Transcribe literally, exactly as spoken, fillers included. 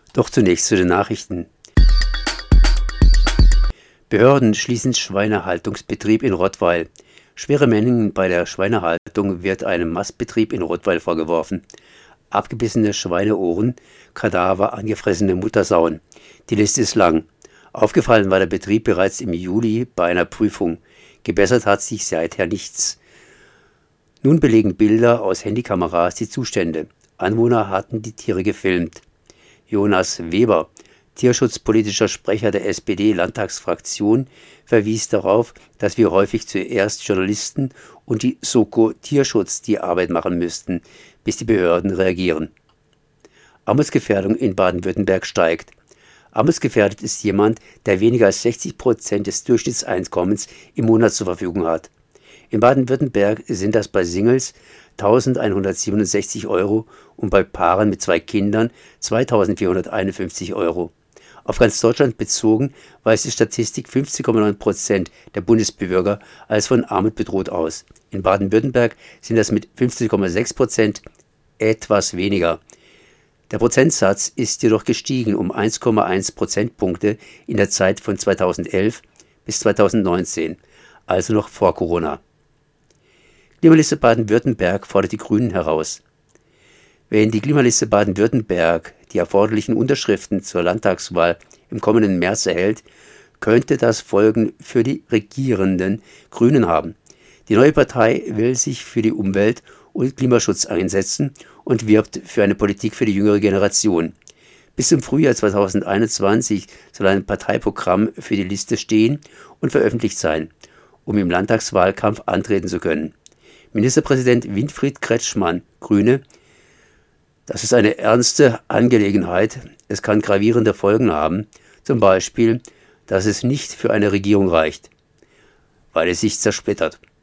Doch zunächst zu den Nachrichten. Behörden schließen Schweinehaltungsbetrieb in Rottweil. Schwere Mängel bei der Schweinehaltung wird einem Mastbetrieb in Rottweil vorgeworfen. Abgebissene Schweineohren, Kadaver, angefressene Muttersauen. Die Liste ist lang. Aufgefallen war der Betrieb bereits im Juli bei einer Prüfung. Gebessert hat sich seither nichts. Nun belegen Bilder aus Handykameras die Zustände. Anwohner hatten die Tiere gefilmt. Jonas Weber, tierschutzpolitischer Sprecher der S P D-Landtagsfraktion, verwies darauf, dass wir häufig zuerst Journalisten und die Soko Tierschutz die Arbeit machen müssten, bis die Behörden reagieren. Armutsgefährdung in Baden-Württemberg steigt. Armutsgefährdet ist jemand, der weniger als sechzig Prozent des Durchschnittseinkommens im Monat zur Verfügung hat. In Baden-Württemberg sind das bei Singles eintausendeinhundertsiebenundsechzig Euro und bei Paaren mit zwei Kindern zweitausendvierhunderteinundfünfzig Euro. Auf ganz Deutschland bezogen weist die Statistik fünfzehn Komma neun Prozent der Bundesbürger als von Armut bedroht aus. In Baden-Württemberg sind das mit fünfzehn Komma sechs Prozent etwas weniger. Der Prozentsatz ist jedoch gestiegen um eins Komma eins Prozentpunkte in der Zeit von zweitausendelf bis zweitausendneunzehn, also noch vor Corona. Klimaliste Baden-Württemberg fordert die Grünen heraus. Wenn die Klimaliste Baden-Württemberg die erforderlichen Unterschriften zur Landtagswahl im kommenden März erhält, könnte das Folgen für die regierenden Grünen haben. Die neue Partei will sich für die Umwelt und Klimaschutz einsetzen und wirbt für eine Politik für die jüngere Generation. Bis zum Frühjahr zweitausendeinundzwanzig soll ein Parteiprogramm für die Liste stehen und veröffentlicht sein, um im Landtagswahlkampf antreten zu können. Ministerpräsident Winfried Kretschmann, Grüne: Das ist eine ernste Angelegenheit. Es kann gravierende Folgen haben, zum Beispiel, dass es nicht für eine Regierung reicht, weil es sich zersplittert.